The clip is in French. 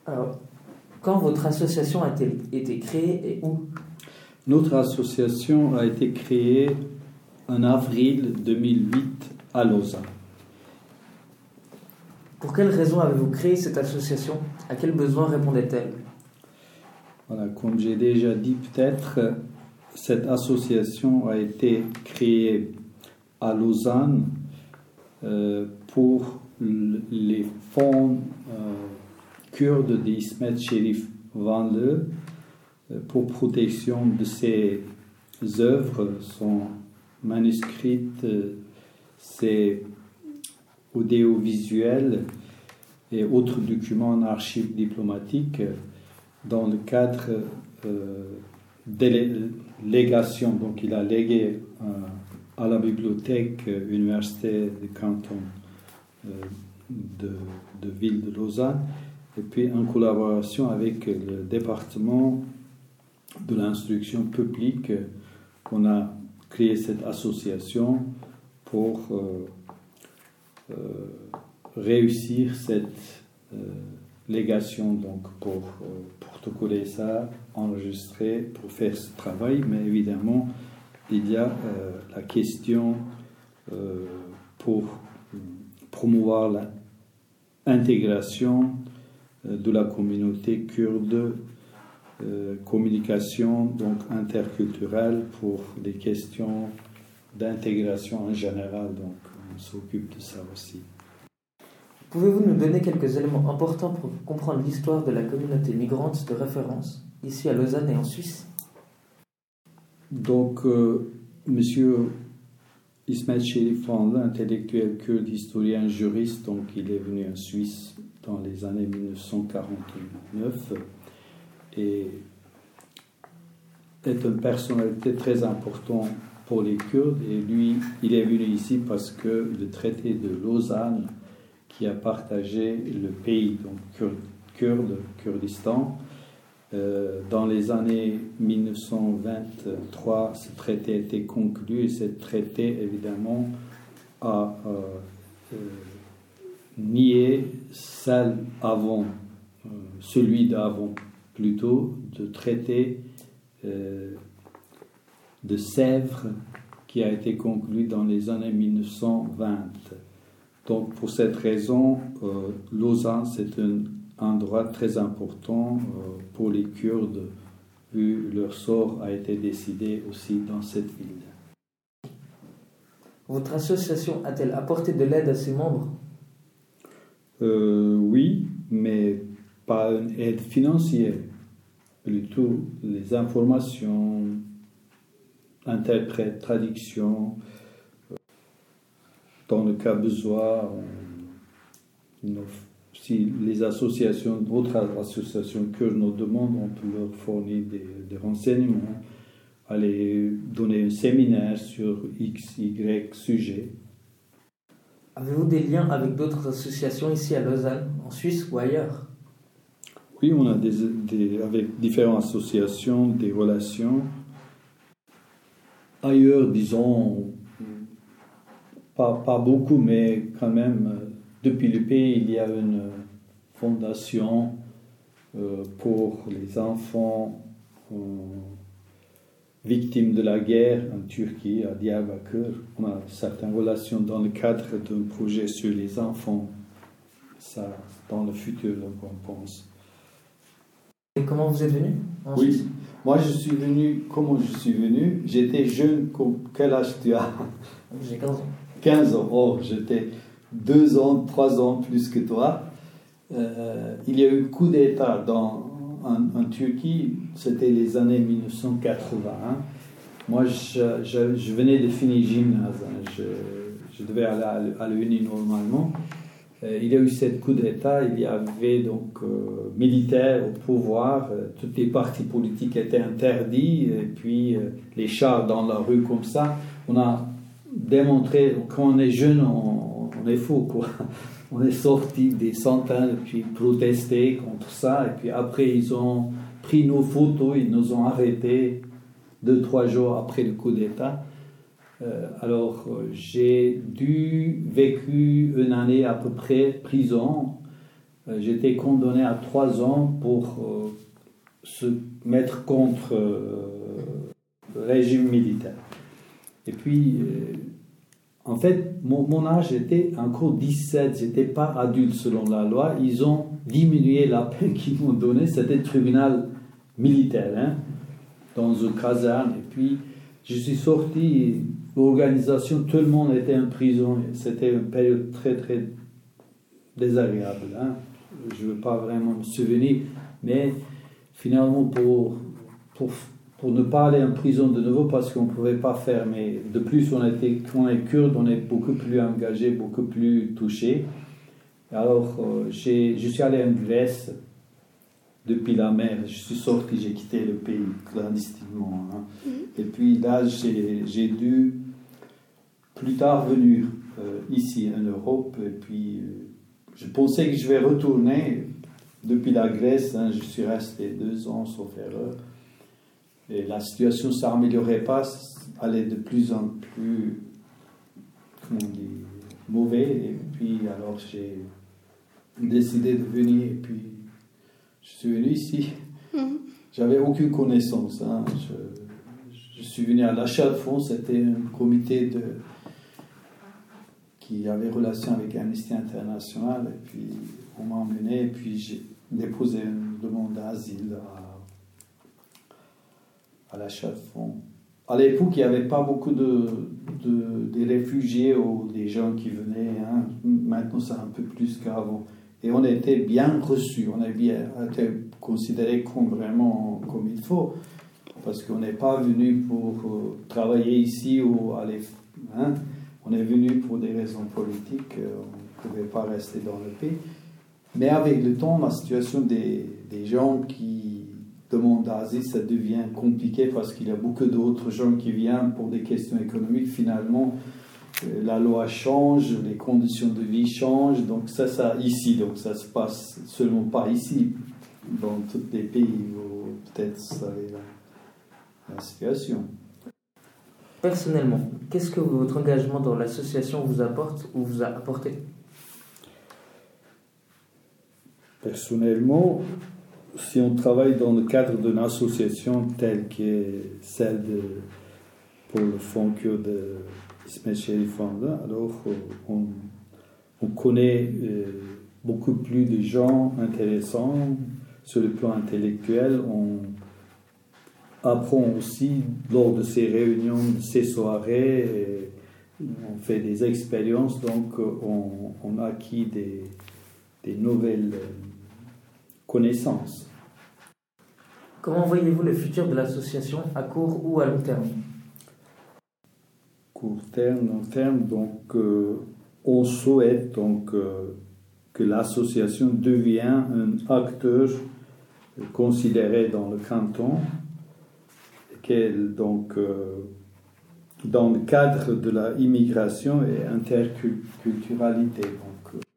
Alors, quand votre association a-t-elle été créée et où? Notre association a été créée en avril 2008 à Lausanne. Pour quelles raisons avez-vous créé cette association? À quels besoins répondait-elle? Voilà, comme j'ai déjà dit, peut-être, cette association a été créée à Lausanne pour les fonds kurdes d'Ismet Cherif Vanloo pour protection de ses œuvres, son manuscrites, ses audiovisuels et autres documents en archives diplomatiques dans le cadre de légation. Donc il a légué à la bibliothèque universitaire du canton de ville de Lausanne, et puis en collaboration avec le département de l'instruction publique, on a créé cette association pour réussir cette légation, donc pour protocoler ça, enregistrer, pour faire ce travail. Mais évidemment, il y a la question pour promouvoir l'intégration de la communauté kurde, communication donc interculturelle pour les questions d'intégration en général. Donc on s'occupe de ça aussi. Pouvez-vous nous donner quelques éléments importants pour comprendre l'histoire de la communauté migrante de référence, ici à Lausanne et en Suisse? Donc, monsieur Ismet Cherif Vanloo, intellectuel kurde, historien, juriste, donc il est venu en Suisse dans les années 1949 et est une personnalité très importante pour les Kurdes. Et lui, il est venu ici parce que le traité de Lausanne, qui a partagé le pays, donc Kurdistan, dans les années 1923, ce traité a été conclu et ce traité, évidemment, a nié celui d'avant, plutôt, de traité de Sèvres qui a été conclu dans les années 1920. Donc, pour cette raison, Lausanne, c'est un endroit très important pour les Kurdes, vu leur sort a été décidé aussi dans cette ville. Votre association a-t-elle apporté de l'aide à ses membres? Oui, mais pas une aide financière. Plutôt les informations, interprètes, traductions. Dans le cas besoin, si les associations, d'autres associations que nous demandent, on peut leur fournir des renseignements, aller donner un séminaire sur X, Y sujet. Avez-vous des liens avec d'autres associations ici à Lausanne, en Suisse ou ailleurs? Oui, on a avec différentes associations, des relations. Ailleurs, disons, pas beaucoup, mais quand même, depuis le pays, il y a une fondation pour les enfants victimes de la guerre en Turquie, à Diyarbakır. On a certaines relations dans le cadre d'un projet sur les enfants. Ça, dans le futur, donc, on pense. Et comment vous êtes venu en Oui, Suisse? moi je suis venu, comment je suis venu? J'étais jeune, quel âge tu as? J'ai 15 ans. 15 ans, oh, j'étais 2 ans, 3 ans plus que toi. Il y a eu un coup d'État en Turquie, c'était les années 1980. Moi, je venais de finir gymnase, je devais aller à l'Uni normalement. Il y a eu ce coup d'État, il y avait donc militaires au pouvoir, toutes les partis politiques étaient interdits, et puis les chars dans la rue comme ça. On a démontré, quand on est jeune, on est fou, quoi. On est sorti des centaines, et puis protesté contre ça, et puis après ils ont pris nos photos, ils nous ont arrêtés 2-3 jours après le coup d'État. Alors, j'ai vécu une année à peu près prison j'étais condamné à 3 ans pour se mettre contre le régime militaire. Et puis, en fait, mon âge était encore 17, je n'étais pas adulte selon la loi. Ils ont diminué la peine qu'ils m'ont donnée, c'était le tribunal militaire, hein, dans une caserne. Et puis, je suis sorti, l'organisation, tout le monde était en prison. C'était une période très, très désagréable. Hein. Je ne veux pas vraiment me souvenir, mais finalement, pour ne pas aller en prison de nouveau, parce qu'on ne pouvait pas faire, mais de plus, quand on est kurde, on est beaucoup plus engagé, beaucoup plus touché. Alors, je suis allé en Grèce depuis la mer. Je suis sorti, j'ai quitté le pays clandestinement. Hein. Et puis là, j'ai dû plus tard venir ici en Europe. Et puis, je pensais que je vais retourner depuis la Grèce. Hein, je suis resté 2 ans sauf erreur. Et la situation ne s'améliorait pas, allait de plus en plus, mauvais. Et puis, alors, j'ai décidé de venir. Et puis, je suis venu ici. J'avais aucune connaissance. Hein. Je suis venu à l'achat de fonds. C'était un comité qui avait relation avec Amnesty International. Et puis, on m'a emmené. Et puis, j'ai déposé une demande d'asile à l'achat de fonds. À l'époque, il n'y avait pas beaucoup des réfugiés ou des gens qui venaient. Hein. Maintenant, c'est un peu plus qu'avant. Et on était bien reçus. On a été considérés vraiment comme il faut. Parce qu'on n'est pas venu pour travailler ici ou aller... Hein. On est venu pour des raisons politiques. On ne pouvait pas rester dans le pays. Mais avec le temps, la situation des gens qui demandent d'asile, ça devient compliqué parce qu'il y a beaucoup d'autres gens qui viennent pour des questions économiques. Finalement, la loi change, les conditions de vie changent. Donc ça ici, donc ça se passe seulement pas ici, dans tous les pays où peut-être ça est la situation. Personnellement, qu'est-ce que votre engagement dans l'association vous apporte ou vous a apporté? Personnellement, si on travaille dans le cadre d'une association telle que celle pour le Fonds kurde Ismet Cherif Fanda, alors on connaît beaucoup plus de gens intéressants sur le plan intellectuel. On apprend aussi lors de ces réunions, de ces soirées, on fait des expériences, donc on a acquis des nouvelles connaissances. Comment voyez-vous le futur de l'association à court ou à long terme? Court terme, long terme, donc on souhaite donc, que l'association devienne un acteur considéré dans le canton, qu'elle donc dans le cadre de la immigration et interculturalité. Donc,